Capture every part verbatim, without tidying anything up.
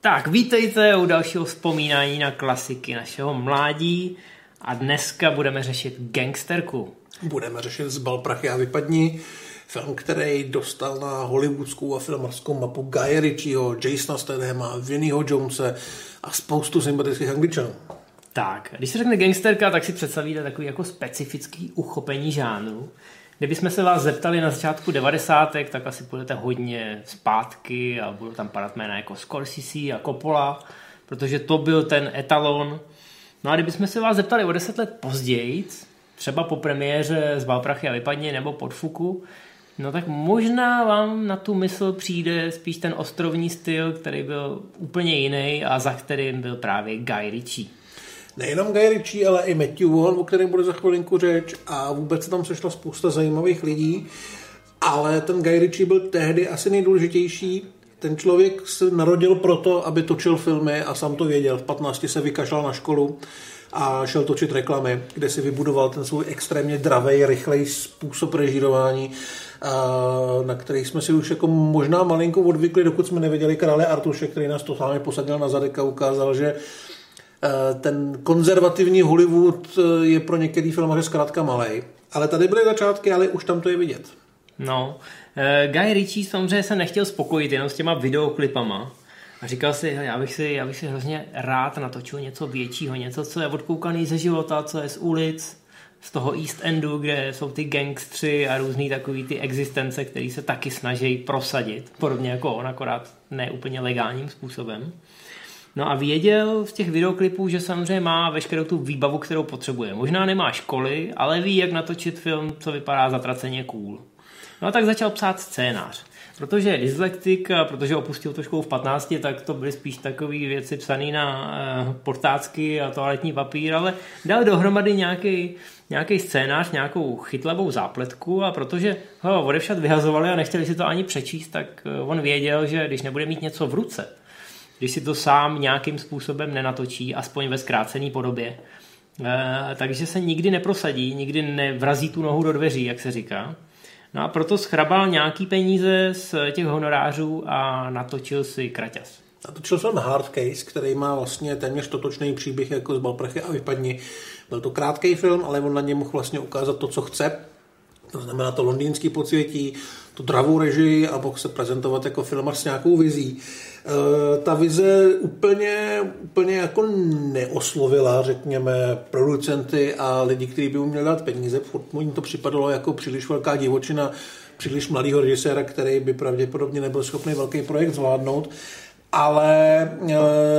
Tak, vítejte u dalšího vzpomínání na klasiky našeho mládí a dneska budeme řešit Gangsterku. Budeme řešit Zbal prachy a vypadni, film, který dostal na hollywoodskou a filmarskou mapu Guye Ritchieho, Jasona Stathama, Vinnieho Jonese a spoustu sympatických Angličanů. Tak, když se řekne gangsterka, tak si představíte takový jako specifický uchopení žánru. Kdybychom se vás zeptali na začátku devadesátek, tak asi půjdete hodně zpátky a budou tam padat jména jako Scorsese a Coppola, protože to byl ten etalon. No a kdybychom se vás zeptali o deset let později, třeba po premiéře Zbal prachy a vypadni nebo Podfuku, no tak možná vám na tu mysl přijde spíš ten ostrovní styl, který byl úplně jiný a za kterým byl právě Guy Ritchie. Nejenom Guy Ritchie, ale i Matthew Vaughn, o kterém bude za chvilinku řeč, a vůbec tam sešla spousta zajímavých lidí, ale ten Guy Ritchie byl tehdy asi nejdůležitější. Ten člověk se narodil proto, aby točil filmy a sám to věděl. V patnácti se vykašlal na školu a šel točit reklamy, kde si vybudoval ten svůj extrémně dravej, rychlej způsob režírování, na který jsme si už jako možná malinko odvykli, dokud jsme neviděli Krále Artuše, který nás to sám posadil na zadek a ukázal, že ten konzervativní Hollywood je pro některý filmaře zkrátka malej. Ale tady byly začátky, ale už tam to je vidět. No, Guy Ritchie samozřejmě se nechtěl spokojit jenom s těma videoklipama. A říkal si, já bych si, já bych si hrozně rád natočil něco většího, něco, co je odkoukaný ze života, co je z ulic, z toho East Endu, kde jsou ty gangstři a různý takový ty existence, který se taky snaží prosadit, podobně jako on, akorát ne úplně legálním způsobem. No a věděl z těch videoklipů, že samozřejmě má veškerou tu výbavu, kterou potřebuje. Možná nemá školy, ale ví, jak natočit film, co vypadá zatraceně cool. No a tak začal psát scénář. Protože je dyslektik a protože opustil to školu v patnácti, tak to byly spíš takové věci psané na uh, portácky a toaletní papír, ale dal dohromady nějaký, nějaký scénář, nějakou chytlavou zápletku, a protože ho odevšad vyhazovali a nechtěli si to ani přečíst, tak uh, on věděl, že když nebude mít něco v ruce, když si to sám nějakým způsobem nenatočí, aspoň ve zkrácené podobě, uh, takže se nikdy neprosadí, nikdy nevrazí tu nohu do dveří, jak se říká. No a proto schrabal nějaký peníze z těch honorářů a natočil si Kraťas. Natočil jsem Hard Case, který má vlastně téměř totočný příběh jako Zbal prachy a vypadni. Byl to krátký film, ale on na něm mohl vlastně ukázat to, co chce. To znamená to londýnský podsvětí, tu dravou režii a mohl se prezentovat jako filmař s nějakou vizí. E, ta vize úplně, úplně jako neoslovila, řekněme, producenty a lidi, kteří by mu měli dát peníze. Jim to připadalo jako příliš velká divočina, příliš mladýho režiséra, který by pravděpodobně nebyl schopný velký projekt zvládnout. Ale e,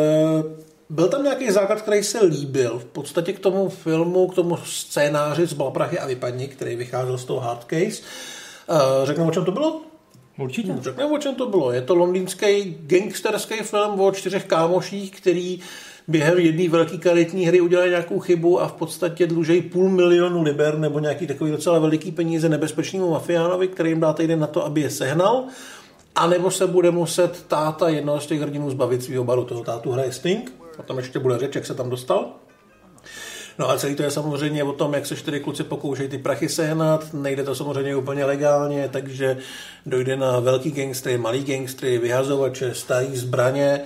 byl tam nějaký základ, který se líbil. V podstatě k tomu filmu, k tomu scénáři Zbal prachy a vypadni, který vycházel z toho Hard Case. Řekneme, o čem to bylo? Určitě. Řekneme, o čem to bylo. Je to londýnský gangsterský film o čtyřech kámoších, který během jedné velké karetní hry udělali nějakou chybu a v podstatě dlužejí půl milionu liber nebo nějaký takový docela veliký peníze nebezpečnému mafiánovi, který jim dá týden na to, aby je sehnal. A nebo se bude muset táta jednoho z těch hrdinů zbavit svého baru. Toho tátu hraje Sting. O tom ještě bude řeč, jak se tam dostal. No a celý to je samozřejmě o tom, jak se čtyři kluci pokoušejí ty prachy sehnat. Nejde to samozřejmě úplně legálně, takže dojde na velký gangstry, malý gangstry, vyhazovače, starý zbraně,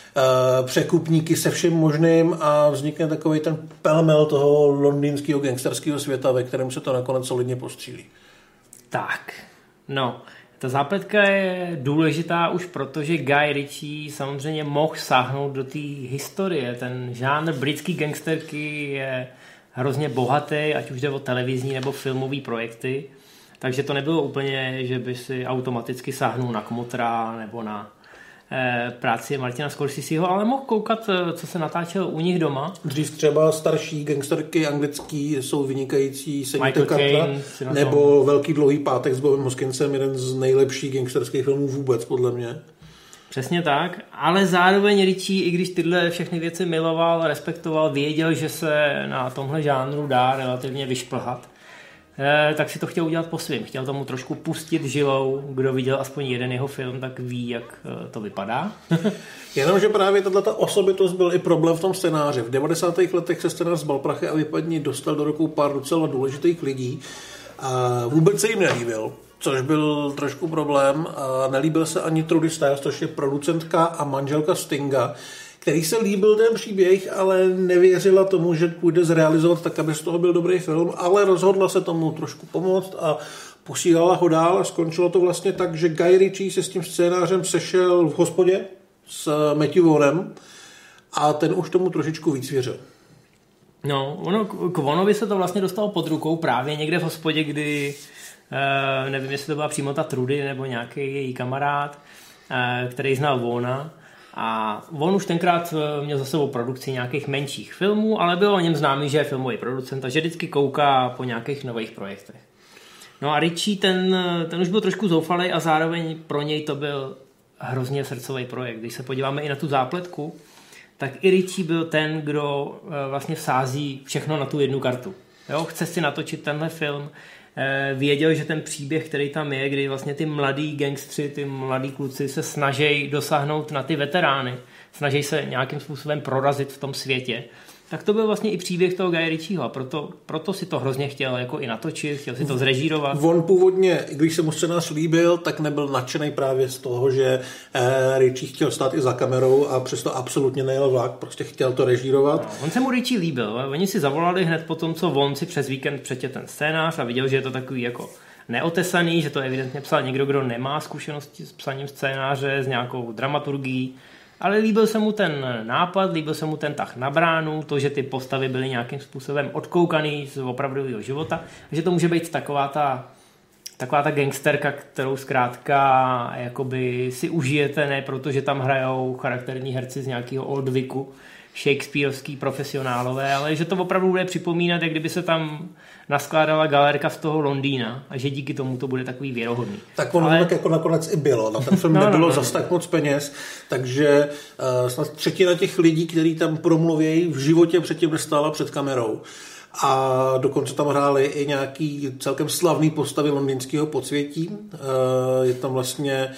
překupníky se vším možným a vznikne takový ten pelmel toho londýnského gangsterského světa, ve kterém se to nakonec solidně postřílí. Tak, no... Ta zápletka je důležitá už proto, že Guy Ritchie samozřejmě mohl sáhnout do té historie. Ten žánr britský gangsterky je hrozně bohatý, ať už jde o televizní nebo filmové projekty. Takže to nebylo úplně, že by si automaticky sáhnul na Kmotra nebo na eh, práci Martina Scorseseho, ale mohl koukat, co se natáčelo u nich doma. Dřív třeba starší gangsterky anglický jsou vynikající Seníte Cartera, nebo Velký dlouhý pátek s Bobem Hoskinsem, jeden z nejlepších gangsterských filmů vůbec, podle mě. Přesně tak, ale zároveň Ritchie, i když tyhle všechny věci miloval, respektoval, věděl, že se na tomhle žánru dá relativně vyšplhat, eh, tak si to chtěl udělat po svým. Chtěl tomu trošku pustit žilou. Kdo viděl aspoň jeden jeho film, tak ví, jak eh, to vypadá. Jenomže právě tato osobitost byl i problém v tom scénáři. V devadesátých letech se scénář Zbal prachy a vypadni dostal do rukou pár docela důležitých lidí a vůbec se jim nelíbil. což byl trošku problém. A nelíbil se ani Trudy Stiles, což je producentka a manželka Stinga, který se líbil ten příběh, ale nevěřila tomu, že půjde zrealizovat tak, aby z toho byl dobrý film, ale rozhodla se tomu trošku pomoct a posílala ho dál a skončilo to vlastně tak, že Guy Ritchie se s tím scénářem sešel v hospodě s Matthew Vaughnem a ten už tomu trošičku víc věřil. No, ono, k Vaughnovi se to vlastně dostalo pod rukou právě někde v hospodě, kdy Uh, nevím, jestli to byla přímo ta Trudy nebo nějaký její kamarád, uh, který znal Vaughna. A on už tenkrát měl za sebou produkci nějakých menších filmů, ale byl o něm známý, že je filmový producent a že vždycky kouká po nějakých nových projektech. No a Ritchie, ten, ten už byl trošku zoufalý a zároveň pro něj to byl hrozně srdcový projekt. Když se podíváme i na tu zápletku, tak i Ritchie byl ten, kdo vlastně vsází všechno na tu jednu kartu. Jo, chce si natočit tenhle film, věděl, že ten příběh, který tam je, kdy vlastně ty mladí gangstři, ty mladí kluci se snaží dosáhnout na ty veterány, snaží se nějakým způsobem prorazit v tom světě, tak to byl vlastně i příběh toho Guy Ritchieho a proto, proto si to hrozně chtěl jako i natočit, chtěl si to zrežírovat. On původně, když se mu scénář líbil, tak nebyl nadšený právě z toho, že eh, Ritchie chtěl stát i za kamerou a přesto absolutně nejel vlak, prostě chtěl to režírovat. No, on se mu Ritchie líbil, oni si zavolali hned po tom, co on si přes víkend přečetl ten scénář a viděl, že je to takový jako neotesaný, že to evidentně psal někdo, kdo nemá zkušenosti s psaním scénáře, s nějakou dramaturgií. Ale líbil se mu ten nápad, líbil se mu ten tah na bránu, to, že ty postavy byly nějakým způsobem odkoukaný z opravdového života, že to může být taková ta, taková ta gangsterka, kterou zkrátka jakoby si užijete, ne protože tam hrajou charakterní herci z nějakého Old Vicku, shakespearovský profesionálové, ale že to opravdu bude připomínat, jak kdyby se tam naskládala galerka z toho Londýna a že díky tomu to bude takový věrohodný. Tak ono ale... tak jako nakonec i bylo. Na ten film no, nebylo no, no, zas no. tak moc peněz, takže uh, snad třetina těch lidí, kteří tam promluvějí, v životě předtím nestála před kamerou. A dokonce tam hráli i nějaký celkem slavný postavy londýnského podsvětí. Je tam vlastně,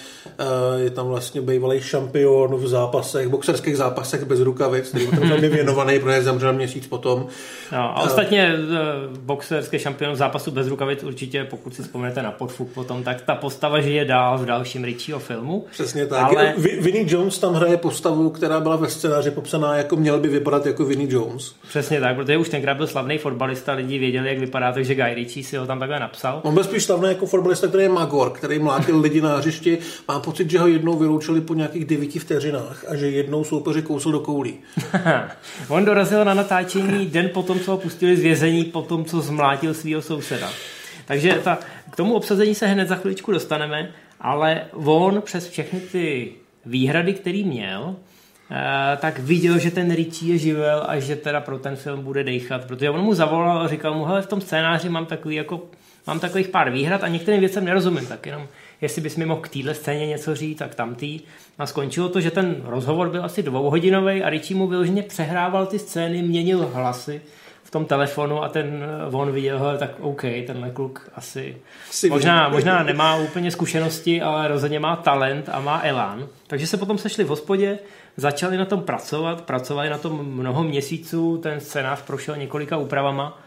je tam vlastně bývalý šampion v zápasech, boxerských zápasech bez rukavic, který tam je věnovaný, protože zemřel měsíc potom. No, a ostatně boxerský šampion v zápasu bez rukavic určitě, pokud si vzpomenete na Podfuk potom, tak ta postava žije dál v dalším Ritchieho filmu. Přesně tak. Ale... Vinnie Jones tam hraje postavu, která byla ve scénáři popsaná, jako měl by vypadat jako Vinnie Jones. Přesně tak, protože už tenkrát byl slavný fotbalista, lidi věděli, jak vypadá, takže Guy Ritchie si ho tam takhle napsal. On byl spíš slavný jako fotbalista, který je magor, který mlátil lidi na hřišti. Mám pocit, že ho jednou vyloučili po nějakých devíti vteřinách a že jednou soupeři kousl do koulí. On dorazil na natáčení den potom, co ho pustili z vězení, potom, co zmlátil svého souseda. Takže ta, k tomu obsazení se hned za chviličku dostaneme, ale on přes všechny ty výhrady, který měl, tak viděl, že ten Ritchie je živel a že teda pro ten film bude dejchat, protože on mu zavolal a říkal mu, hele, v tom scénáři mám takový jako, mám takových pár výhrad a některým věcem nerozumím, tak jenom jestli bys mi mohl k téhle scéně něco říct, tak tamtý. A skončilo to, že ten rozhovor byl asi dvouhodinový a Ritchie mu vyloženě přehrával ty scény, měnil hlasy v tom telefonu a ten on viděl, hele, tak OK, tenhle kluk asi možná, možná nemá úplně zkušenosti, ale rozhodně má talent a má elán. Takže se potom sešli v hospodě, začali na tom pracovat, pracovali na tom mnoho měsíců, ten scénář prošel několika úpravama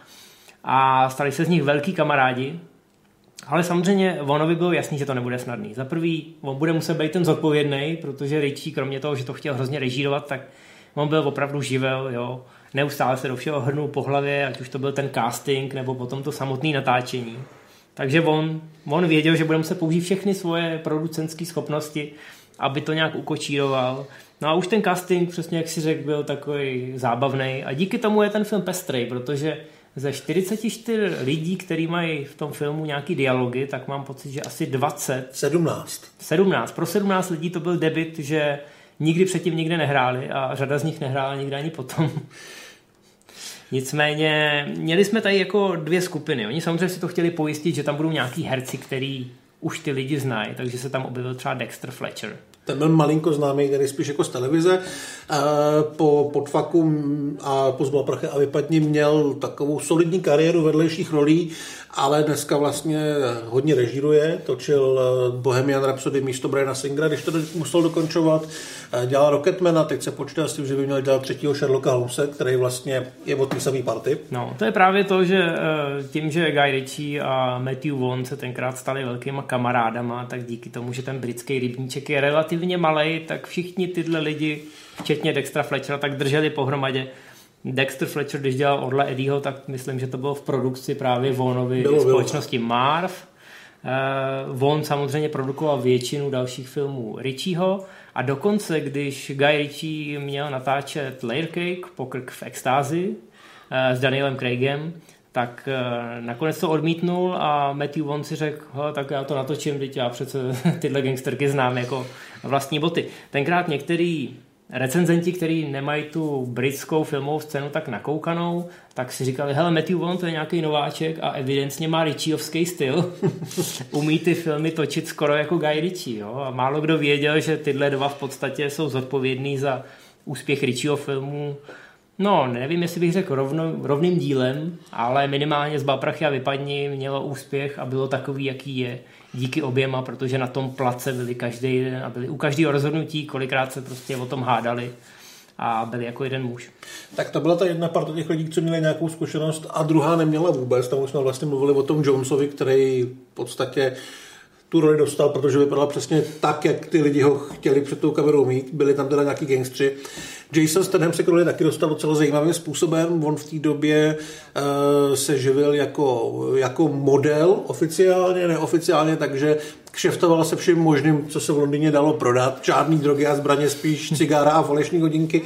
a stali se z nich velký kamarádi, ale samozřejmě Vaughnovi bylo jasný, že to nebude snadný. Za prvý, on bude muset být ten zodpovědný, protože Ritchie, kromě toho, že to chtěl hrozně režírovat, tak on byl opravdu živel, jo. Neustále se do všeho hrnul po hlavě, ať už to byl ten casting, nebo potom to samotné natáčení. Takže on, on věděl, že bude muset použít všechny svoje producentské schopnosti, aby to nějak ukočíroval. No a už ten casting, přesně jak si řekl, byl takový zábavný. A díky tomu je ten film pestrej, protože ze čtyřicet čtyři lidí, kteří mají v tom filmu nějaký dialogy, tak mám pocit, že asi dvacet. sedmnáct. sedmnáct. Pro sedmnáct lidí to byl debut, že nikdy předtím nikde nehráli a řada z nich nehrála nikdy ani potom. Nicméně měli jsme tady jako dvě skupiny. Oni samozřejmě si to chtěli pojistit, že tam budou nějaký herci, který už ty lidi znají, takže se tam objevil třeba Dexter Fletcher. Ten byl malinko známý, který spíš jako z televize. Po Podfaku a po Zbla prachy a vypadni měl takovou solidní kariéru vedlejších rolí ale dneska vlastně hodně režíruje, točil Bohemian Rhapsody místo Briana Singera, když to musel dokončovat, dělal Rocketmana, teď se počítá s tím, že by měl dělat třetího Sherlocka Holmese, který vlastně je od té samé party. No, to je právě to, že tím, že Guy Ritchie a Matthew Vaughn se tenkrát stali velkýma kamarádama, tak díky tomu, že ten britský rybníček je relativně malej, tak všichni tyhle lidi, včetně Dextera Fletchera, tak drželi pohromadě. Dexter Fletcher, když dělal Orla Eddieho, tak myslím, že to bylo v produkci právě Vaughnovy společnosti Marv. Uh, Vaughn samozřejmě produkoval většinu dalších filmů Ritchieho a dokonce, když Guy Ritchie měl natáčet Layer Cake, Pokrk v extázi uh, s Danielem Craigem, tak uh, nakonec to odmítnul a Matthew Vaughn si řekl, tak já to natočím, teď já přece tyhle gangsterky znám jako vlastní boty. Tenkrát některý recenzenti, kteří nemají tu britskou filmovou scénu tak nakoukanou, tak si říkali, hele, Matthew Vaughn to je nějaký nováček a evidentně má Ritchiovský styl. Umí ty filmy točit skoro jako Guy Ritchie. Jo? A málo kdo věděl, že tyhle dva v podstatě jsou zodpovědný za úspěch Ritchieho filmů. No, nevím, jestli bych řekl rovno, rovným dílem, ale minimálně z Baprachy a vypadni mělo úspěch a bylo takový, jaký je. Díky oběma, protože na tom place byli každý den a byli u každého rozhodnutí, kolikrát se prostě o tom hádali a byli jako jeden muž. Tak to byla ta jedna parta těch lidí, co měli nějakou zkušenost a druhá neměla vůbec. Tam už jsme vlastně mluvili o tom Jonesovi, který v podstatě tu roli dostal, protože vypadal přesně tak, jak ty lidi ho chtěli před tou kamerou mít. Byli tam teda nějaký gangstři. Jason Statham se k roli taky dostal docela zajímavým způsobem. On v té době uh, se živil jako, jako model oficiálně, neoficiálně, takže kšeftoval se vším možným, co se v Londýně dalo prodat. Žádný drogy a zbraně, spíš cigára a falešní hodinky.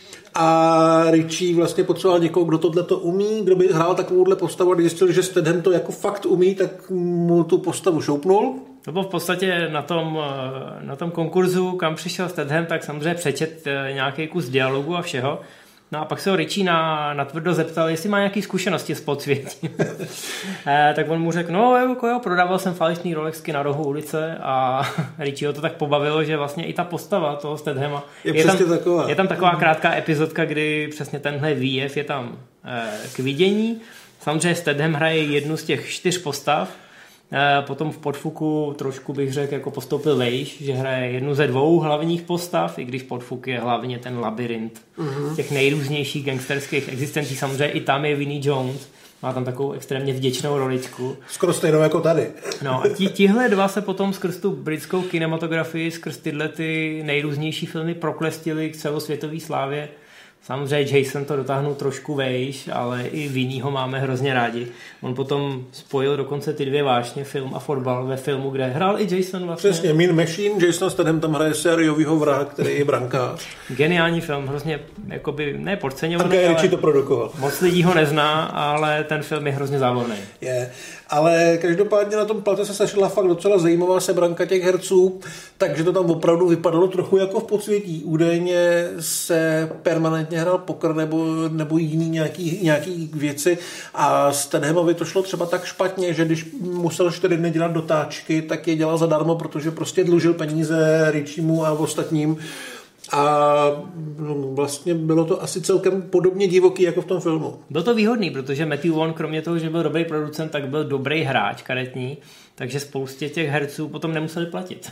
A Ritchie vlastně potřeboval někoho, kdo tohleto umí, kdo by hrál takovouhle postavu a když zjistil, že Statham to jako fakt umí, tak mu tu postavu šoupnul. To bylo v podstatě na tom, na tom konkurzu, kam přišel Statham, tak samozřejmě přečet nějaký kus dialogu a všeho. No a pak se ho Ritchie na, natvrdo zeptal, jestli má nějaké zkušenosti s podsvětím. e, tak on mu řekl, no jako jo, prodával jsem falešný Rolexky na rohu ulice a Ritchieho to tak pobavilo, že vlastně i ta postava toho Stathama je, je, tam, taková. je tam taková krátká epizodka, kdy přesně tenhle výjev je tam e, k vidění. Samozřejmě Statham hraje jednu z těch čtyř postav. Potom v Podfuku trošku bych řekl, jako postoupil vejš, že hraje jednu ze dvou hlavních postav, i když Podfuk je hlavně ten labyrint mm-hmm. těch nejrůznějších gangsterských existencí. Samozřejmě i tam je Vinnie Jones, má tam takovou extrémně vděčnou roličku. Skoro stejnou jako tady. No a tí, tihle dva se potom skrz tu britskou kinematografii, skrz tyhle ty nejrůznější filmy proklestili k celosvětové slávě. Samozřejmě Jason to dotáhnul trošku vejš, ale i Vinnyho máme hrozně rádi. On potom spojil dokonce ty dvě vášně, film a fotbal, ve filmu, kde hrál i Jason vlastně. Přesně, Mean Machine, Jason Statham tam hraje sériovýho vraha, který je brankář. Geniální film, hrozně jakoby, ne podceňovaný, ale Ritchie to produkoval. Moc lidí ho nezná, ale ten film je hrozně závodný. Je, ale každopádně na tom plate se sešla fakt docela zajímavá sebranka těch herců, takže to tam opravdu vypadalo trochu jako v podsvětí. Údajně se permanentně hrál poker nebo, nebo jiný nějaký, nějaký věci a Stathamovi to šlo třeba tak špatně, že když musel čtyři dny dělat dotáčky, tak je dělal zadarmo, protože prostě dlužil peníze Ritchiemu a ostatním. A vlastně bylo to asi celkem podobně divoký jako v tom filmu. Byl to výhodný, protože Matthew Vaughn, kromě toho, že byl dobrý producent, tak byl dobrý hráč karetní, takže spoustě těch herců potom nemuseli platit.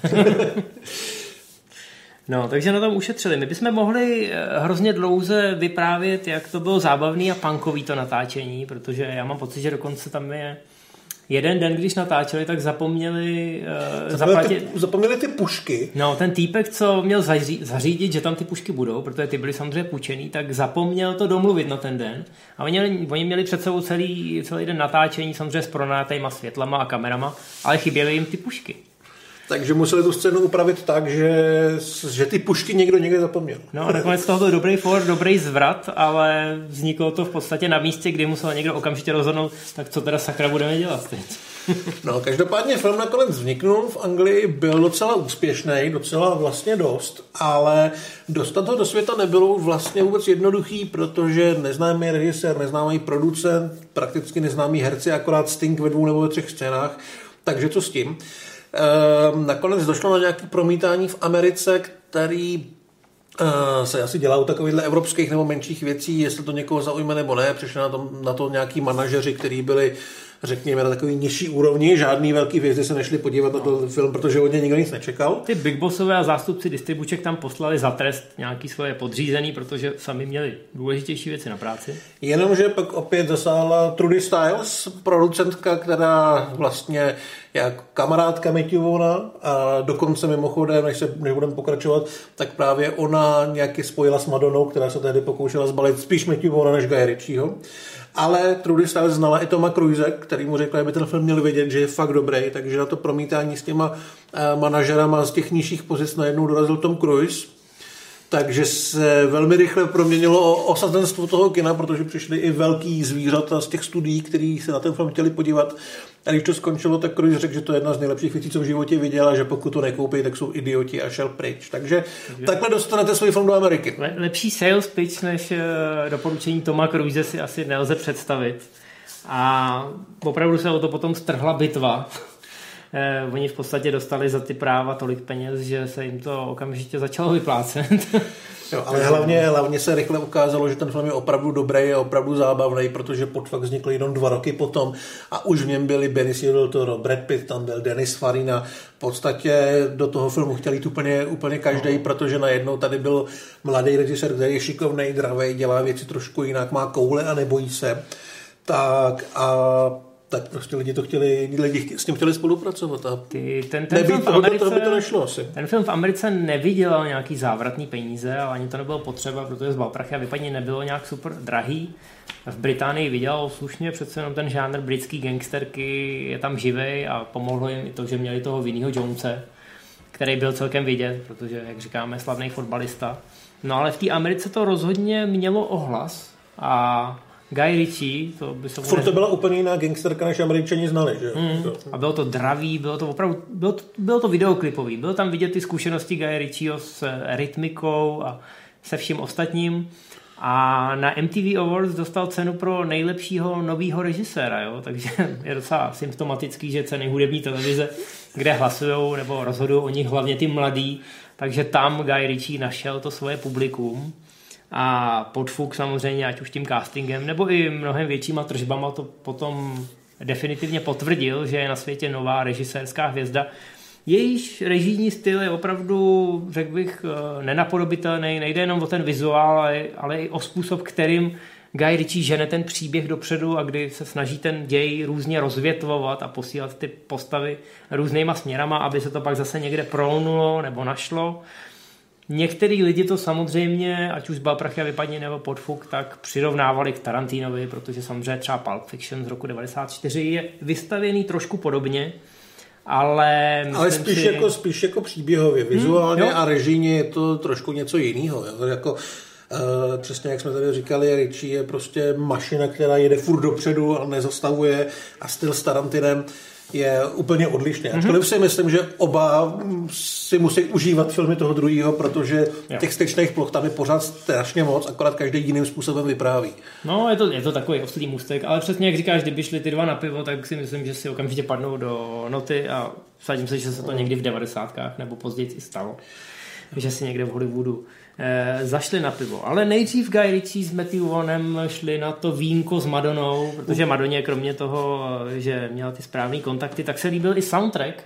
No, takže na tom ušetřili. My bychom mohli hrozně dlouze vyprávět, jak to bylo zábavný a punkový to natáčení, protože já mám pocit, že dokonce tam je jeden den, když natáčeli, tak zapomněli uh, zaplatit... Ty, zapomněli ty pušky. No, ten týpek, co měl zaří, zařídit, že tam ty pušky budou, protože ty byly samozřejmě půjčený, tak zapomněl to domluvit na ten den. A oni měli, oni měli před sebou celý, celý den natáčení, samozřejmě s pronátejma světlama a kamerama, ale chyběly jim ty pušky. Takže museli tu scénu upravit tak, že, že ty pušky někdo někde zapomněl. No a nakonec toho byl dobrý for, dobrý zvrat, ale vzniklo to v podstatě na místě, kdy musel někdo okamžitě rozhodnout, tak co teda sakra budeme dělat teď. No, každopádně film nakonec vzniknul v Anglii, byl docela úspěšný, docela vlastně dost, ale dostat ho do světa nebylo vlastně vůbec jednoduchý, protože neznámý režisér, neznámý producent, prakticky neznámý herci, akorát Sting ve dvou nebo ve třech scénách, takže co s tím? Ehm, nakonec došlo na nějaké promítání v Americe, který uh, se asi dělá u takovýchhle evropských nebo menších věcí, jestli to někoho zaujme nebo ne. Přišli na to, na to nějaký manažeři, kteří byli řekněme, na takový nižší úrovni. Žádný velký hvězdy se nešli podívat na ten film, protože od něj nikdo nic nečekal. Ty Big Bossové a zástupci distribuček tam poslali za trest nějaký svoje podřízený, protože sami měli důležitější věci na práci. Jenomže pak opět zasáhla Trudy Styles, producentka, která vlastně jak kamarádka Matthew Vaughna a dokonce mimochodem, než, se, než budeme pokračovat, tak právě ona nějaký spojila s Madonou, která se tehdy pokoušela zbalit spíš Matthew Vaughna než Guy Ritchieho. Ale Trudy Styles znala i Toma Cruise, který mu řekl, aby ten film měl vidět, že je fakt dobrý, takže na to promítání s těma uh, manažerama z těch nižších pozic najednou dorazil Tom Cruise. Takže se velmi rychle proměnilo osazenstvo toho kina, protože přišli i velký zvířata z těch studií, kteří se na ten film chtěli podívat. A když to skončilo, tak Cruise řekl, že to je jedna z nejlepších věcí, co v životě viděl, a že pokud to nekoupí, tak jsou idioti, a šel pryč. Takže Takže takhle dostanete svůj film do Ameriky. Lepší sales pitch než doporučení Toma Cruise si asi nelze představit. A opravdu se o to potom strhla bitva. Eh, oni v podstatě dostali za ty práva tolik peněz, že se jim to okamžitě začalo vyplácet. Jo, ale hlavně, hlavně se rychle ukázalo, že ten film je opravdu dobrý a opravdu zábavný, protože pod fakt vznikl jenom dva roky potom a už v něm byli Benicio del Toro, Brad Pitt, tam byl Denis Farina. V podstatě do toho filmu chtěl jít úplně, úplně každý, no. Protože najednou tady byl mladý režisér, který je šikovnej, dravej, dělá věci trošku jinak, má koule a nebojí se. Tak a tak prostě lidi to chtěli, lidi s tím chtěli spolupracovat a Ty, ten, ten, film v Americe, to, by to nešlo asi. Ten film v Americe nevydělal nějaký závratný peníze, ale ani to nebylo potřeba, protože Zbal prachy a vypadně nebylo nějak super drahý. V Británii vydělal slušně, přece jenom ten žánr britský gangsterky je tam živej a pomohlo jim i to, že měli toho Vinnyho Jonese, který byl celkem vidět, protože, jak říkáme, slavný fotbalista. No ale v té Americe to rozhodně mělo ohlas a Guy Ritchie, to by se Furt to byla úplně jiná gangsterka, než Američani znali, že? Mm. A bylo to dravý, bylo to opravdu, bylo to, bylo to videoklipový, bylo tam vidět ty zkušenosti Guy Ritchieho s rytmikou a se vším ostatním. A na M T V Awards dostal cenu pro nejlepšího novýho režiséra, jo? Takže je docela symptomatický, že ceny hudební televize, kde hlasujou nebo rozhodují o nich hlavně ty mladí, takže tam Guy Ritchie našel to svoje publikum. A podfuk samozřejmě, ať už tím castingem, nebo i mnohem většíma tržbama to potom definitivně potvrdil, že je na světě nová režisérská hvězda. Jejíž režijní styl je opravdu, řekl bych, nenapodobitelný, nejde jenom o ten vizuál, ale, ale i o způsob, kterým Guy Ritchie žene ten příběh dopředu a kdy se snaží ten děj různě rozvětvovat a posílat ty postavy různýma směrama, aby se to pak zase někde prolnulo nebo našlo. Některý lidi to samozřejmě, ať už Zbal prachy a vypadni nebo Podfuk, tak přirovnávali k Tarantinovi, protože samozřejmě třeba Pulp Fiction z roku devadesát čtyři je vystavěný trošku podobně, ale... Ale spíš, si... jako, spíš jako příběhově, vizuálně hmm, a režijně je to trošku něco jiného. Jako, uh, přesně jak jsme tady říkali, Ritchie je prostě mašina, která jede furt dopředu a nezastavuje, a styl s Tarantinem je úplně odlišný. Ačkoliv mm-hmm. si myslím, že oba si musí užívat filmy toho druhého, protože jo. těch styčných ploch tam je pořád strašně moc, akorát každý jiným způsobem vypráví. No, je to, je to takový oslý můstek, ale přesně jak říkáš, kdyby šli ty dva na pivo, tak si myslím, že si okamžitě padnou do noty a vsadím se, že se to někdy v devadesátkách nebo později i stalo, že si někde v Hollywoodu eh, zašli na pivo. Ale nejdřív Guy Ritchie s Matthew Vaughnem šli na to vínko s Madonou, protože Madoně kromě toho, že měla ty správný kontakty, tak se líbil i soundtrack.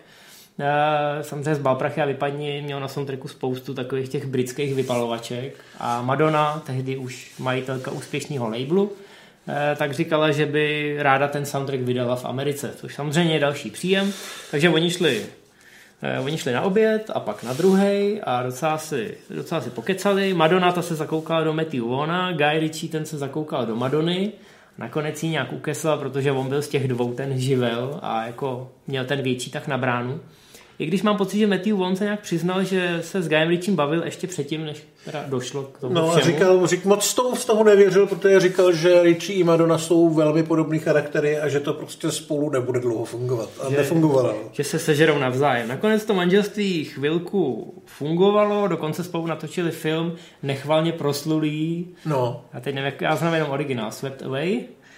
Eh, samozřejmě Zbal prachy a vypadni měl na soundtracku spoustu takových těch britských vypalovaček a Madonna, tehdy už majitelka úspěšného labelu, eh, tak říkala, že by ráda ten soundtrack vydala v Americe, což samozřejmě je další příjem. Takže oni šli Uh, oni šli na oběd a pak na druhej a docela si, docela si pokecali. Madonna ta se zakoukala do Matthew Vaughna, Guy Ritchie ten se zakoukal do Madony. Nakonec jí nějak ukesla, protože on byl z těch dvou ten živel a jako měl ten větší tak na bránu. I když mám pocit, že Matthew Vaughn se nějak přiznal, že se s Guyem Ritchiem bavil ještě předtím, než teda došlo k tomu no, všemu. Říkal, řík, moc toho, z toho nevěřil, protože říkal, že Ritchie i Madonna jsou velmi podobný charaktery a že to prostě spolu nebude dlouho fungovat. A že, nefungovalo. Že se sežerou navzájem. Nakonec to manželství chvilku fungovalo, dokonce spolu natočili film nechvalně proslulý. No. A teď nevím, jak já znám jenom originál, Swept Away.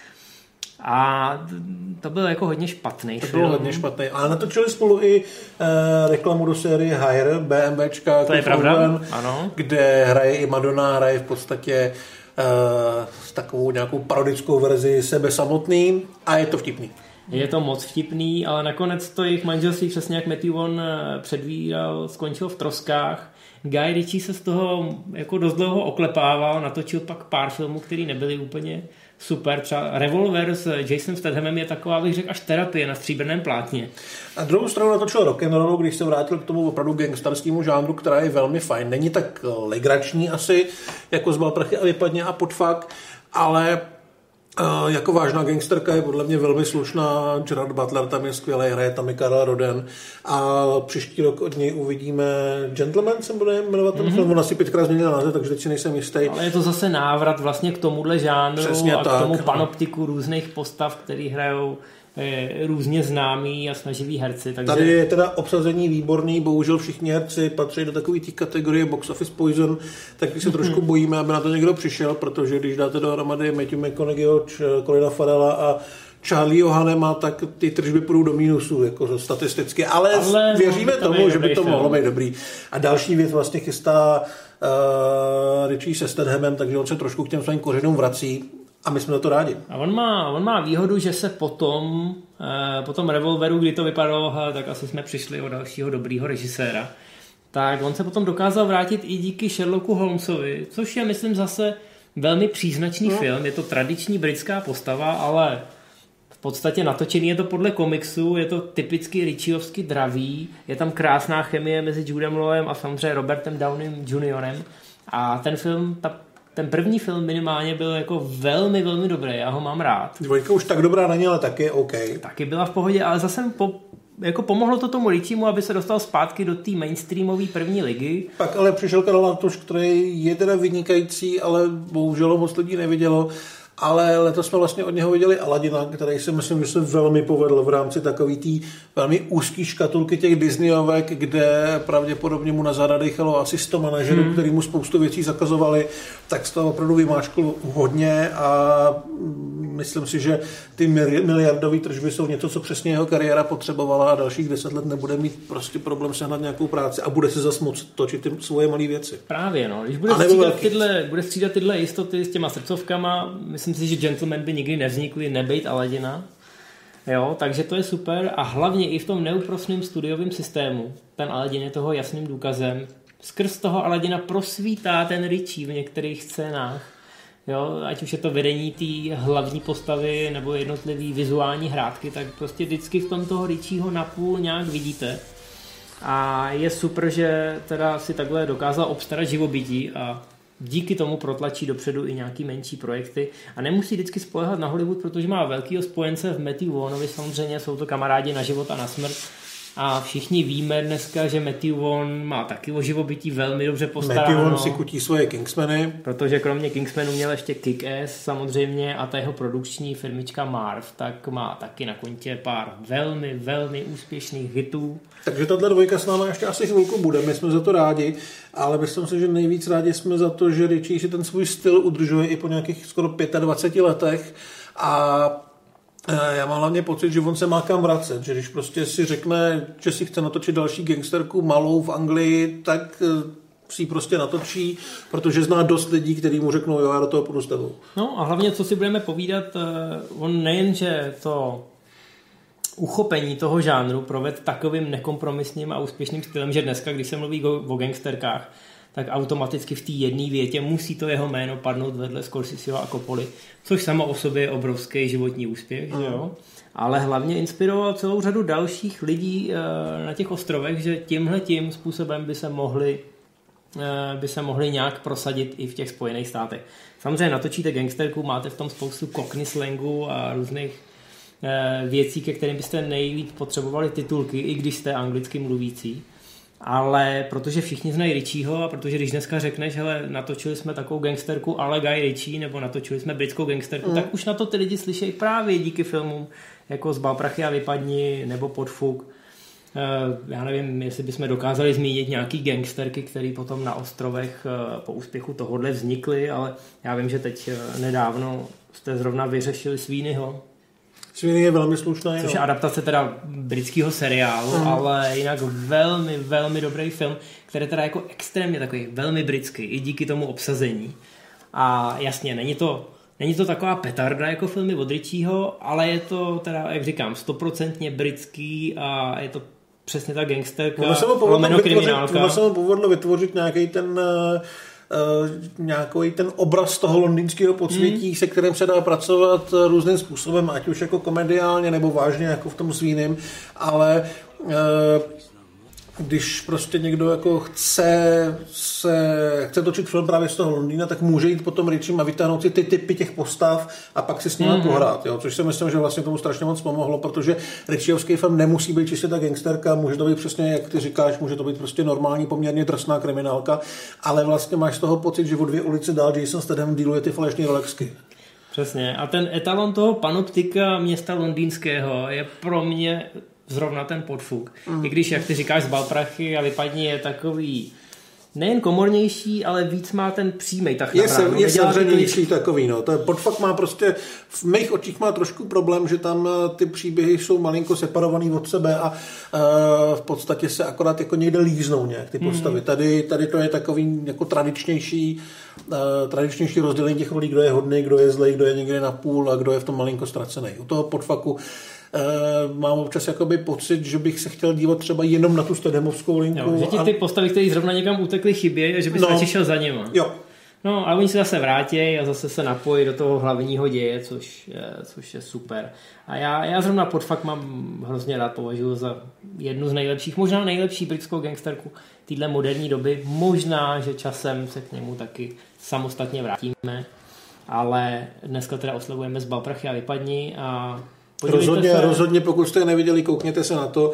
A to bylo jako hodně špatný to film. bylo hodně špatný. A natočili spolu i uh, reklamu do série Hire, BMWčka, to je pravda, ano. Kde hraje i Madonna, hraje v podstatě uh, s takovou nějakou parodickou verzi sebe samotný a je to vtipný. Je to moc vtipný, ale nakonec to jejich manželství, přesně jak Matthew Vaughn předvídal, skončilo v troskách. Guy Ritchie se z toho jako dost dlouho oklepával, natočil pak pár filmů, které nebyly úplně super. Třeba Revolver s Jasonem Stathamem je taková, bych řekl, až terapie na stříbrném plátně. A druhou stranu natočil rock'n'rollu, když se vrátil k tomu opravdu gangsterskému žánru, která je velmi fajn. Není tak legrační asi, jako z Balprachy a vypadně a podfak, ale uh, jako vážná gangsterka je podle mě velmi slušná. Gerard Butler tam je skvělý, hraje tam i Karl Roden. A příští rok od něj uvidíme Gentleman, se bude jmenovat ten mm-hmm. film. On asi pětkrát změnil název, takže teď si nejsem jistý. Ale je to zase návrat vlastně k tomuhle žánru. Přesně a tak, k tomu no. panoptiku různých postav, který hrajou různě známí a snaživí herci. Takže... Tady je teda obsazení výborný, bohužel všichni herci patří do takové té kategorie box office poison, tak se trošku bojíme, aby na to někdo přišel, protože když dáte dohromady Matthew McConaugheyho, Colina Farrella a Charlieho Hunnama, tak ty tržby půjdou do mínusu, jako statisticky, ale, ale věříme to tomu, že by to film. mohlo být dobrý. A další věc vlastně chystá uh, Ritchie se Stathamem, takže on se trošku k těm svým kořenům vrací. A my jsme na to rádi. A on má, on má výhodu, že se potom, eh, po tom Revolveru, kdy to vypadalo, tak asi jsme přišli o dalšího dobrýho režiséra, tak on se potom dokázal vrátit i díky Sherlocku Holmesovi, což je, myslím, zase velmi příznačný no. film. Je to tradiční britská postava, ale v podstatě natočený je to podle komiksu, je to typicky Ritchiovsky dravý, je tam krásná chemie mezi Judem Lawem a samozřejmě Robertem Downeym juniorem. A ten film, ta Ten první film minimálně byl jako velmi, velmi dobrý, já ho mám rád. Dvojka už tak dobrá není, ale taky je OK. Taky byla v pohodě, ale zase po, jako pomohlo to tomu Ritchiemu, aby se dostal zpátky do té mainstreamové první ligy. Pak ale přišel Karel Latoš, který je teda vynikající, ale bohužel ho moc lidí nevidělo. Ale letos jsme vlastně od něho viděli Aladina, který si myslím, že se velmi povedl v rámci takový tý velmi úzký škatulky těch Disneyovek, kde pravděpodobně mu na záda dechalo asi sto manažerů, hmm. který mu spoustu věcí zakazovali, tak z toho opravdu vymáškl hodně a myslím si, že ty miliardové tržby jsou něco, co přesně jeho kariéra potřebovala a dalších deset let nebude mít prostě problém sehnat nějakou práci a bude se zas moc točit ty svoje malé věci. Právě, no. Když bude střídat, tyhle, bude střídat tyhle jistoty s těma srdcovkama, myslím si, že Gentleman by nikdy nevznikly nebejt Aladina. Jo, takže to je super a hlavně i v tom neúprosném studiovém systému. Ten Aladin je toho jasným důkazem. Skrz toho Aladina prosvítá ten Ritchie v některých scénách. Jo, ať už je to vedení té hlavní postavy nebo jednotlivý vizuální hrátky, tak prostě vždycky v tom toho Ritchieho napůl nějak vidíte. A je super, že teda si takhle dokázal obstarat živobytí a díky tomu protlačí dopředu i nějaký menší projekty a nemusí vždycky spoléhat na Hollywood, protože má velkýho spojence v Matthew Vaughnovi, samozřejmě jsou to kamarádi na život a na smrt a všichni víme dneska, že Matthew Vaughn má taky o živobytí velmi dobře postaráno. Matthew Vaughn si kutí svoje Kingsmany. Protože kromě Kingsmanu měl ještě Kick-Ass samozřejmě a ta jeho produkční firmička Marv, tak má taky na kontě pár velmi, velmi úspěšných hitů. Takže tato dvojka s náma ještě asi chvilku bude, my jsme za to rádi, ale myslím si, že nejvíc rádi jsme za to, že Ritchie si ten svůj styl udržuje i po nějakých skoro dvaceti pěti letech a já mám hlavně pocit, že on se má kam vracet, že když prostě si řekne, že si chce natočit další gangsterku malou v Anglii, tak si ji prostě natočí, protože zná dost lidí, kteří mu řeknou, jo, já do toho půjdu s tebou. No a hlavně, co si budeme povídat, on nejen, že to uchopení toho žánru proved takovým nekompromisním a úspěšným stylem, že dneska, když se mluví o gangsterkách, tak automaticky v té jedné větě musí to jeho jméno padnout vedle Scorseseho a Coppoli, což samo o sobě je obrovský životní úspěch, mm. že jo? Ale hlavně inspiroval celou řadu dalších lidí na těch ostrovech, že tímhletím způsobem by se mohli by se mohli nějak prosadit i v těch Spojených státech. Samozřejmě natočíte gangsterku, máte v tom spoustu cockney slangu a různých věcí, ke kterým byste nejlíp potřebovali titulky, i když jste anglicky mluvící. Ale protože všichni znají Ritchieho a protože když dneska řekneš, hele, natočili jsme takovou gangsterku ale Guy Ritchie, nebo natočili jsme britskou gangsterku, mm. tak už na to ty lidi slyšejí právě díky filmům jako Z Balprachy a vypadni nebo Podfuk. Já nevím, jestli bychom dokázali zmínit nějaký gangsterky, které potom na ostrovech po úspěchu tohodle vznikly, ale já vím, že teď nedávno jste zrovna vyřešili Sweeneyho. Sweeney je velmi slušný. Což je adaptace teda britského seriálu, mm. ale jinak velmi, velmi dobrý film, který teda jako extrémně takový velmi britský, i díky tomu obsazení. A jasně, není to Není to taková petarda jako filmy od Ritchieho, ale je to teda, jak říkám, stoprocentně britský a je to přesně ta gangsterka, lomeno kriminálka. Ono se mu povedlo vytvořit nějaký ten... Uh, Uh, nějaký ten obraz toho londýnského podsvětí, mm. se kterým se dá pracovat různým způsobem, ať už jako komediálně nebo vážně jako v tom svíným, ale uh, když prostě někdo jako chce, se, chce točit film právě z toho Londýna, tak může jít potom Ritchiem a vytáhnout si ty typy těch postav a pak si s nimi mm-hmm. pohrát. Jo? Což si myslím, že vlastně tomu strašně moc pomohlo, protože Ritchievský film nemusí být čistě ta gangsterka, může to být přesně, jak ty říkáš, může to být prostě normální, poměrně drsná kriminálka, ale vlastně máš z toho pocit, že o dvě ulice dál Jason Statham dealuje ty falešné Rolexky. Přesně. A ten etalon toho panoptika města londýnského je pro mě zrovna ten Podfuk. Mm. I když, jak ty říkáš, z Balprachy a Vypadni je takový nejen komornější, ale víc má ten přímej tah na bránu. Je sevřenější takový, no. Ten Podfuk má prostě, v mých očích má trošku problém, že tam ty příběhy jsou malinko separovaný od sebe a uh, v podstatě se akorát jako někde líznou nějak ty postavy. Mm. Tady, tady to je takový jako tradičnější uh, tradičnější rozdělení těch rolí, kdo je hodný, kdo je zlej, kdo je někde na půl a kdo je v tom malinko ztracený. U toho Podfuku Uh, mám občas jakoby pocit, že bych se chtěl dívat třeba jenom na tu Stadhamovskou linku. Jo, že ti ty postavy, které zrovna někam utekly, chybějí a že bys no, radši šel za nima. Jo. No a oni se zase vrátí a zase se napojí do toho hlavního děje, což je, což je super. A já, já zrovna Podfuk mám hrozně rád, považuji za jednu z nejlepších, možná nejlepší britskou gangsterku téhle moderní doby. Možná, že časem se k němu taky samostatně vrátíme, ale dneska teda oslavujeme z Balprachy a Vypadni a Rozhodně, se... rozhodně, pokud jste neviděli, koukněte se na to.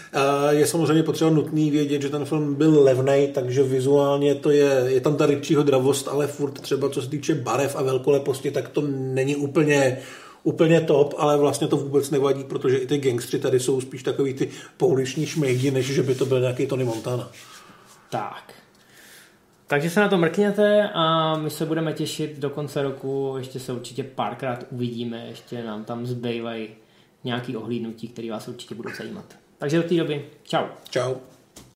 Je samozřejmě potřeba nutný vědět, že ten film byl levnej, takže vizuálně to je, je tam ta Ritchieho dravost, ale furt třeba co se týče barev a velkoleposti, tak to není úplně, úplně top, ale vlastně to vůbec nevadí, protože i ty gangstři tady jsou spíš takový ty pouliční šmejdi, než že by to byl nějaký Tony Montana. Tak. Takže se na to mrkněte a my se budeme těšit do konce roku, ještě se určitě párkrát uvidíme, ještě nám tam zbývají nějaký ohlídnutí, které vás určitě budou zajímat. Takže do té doby, čau. Čau.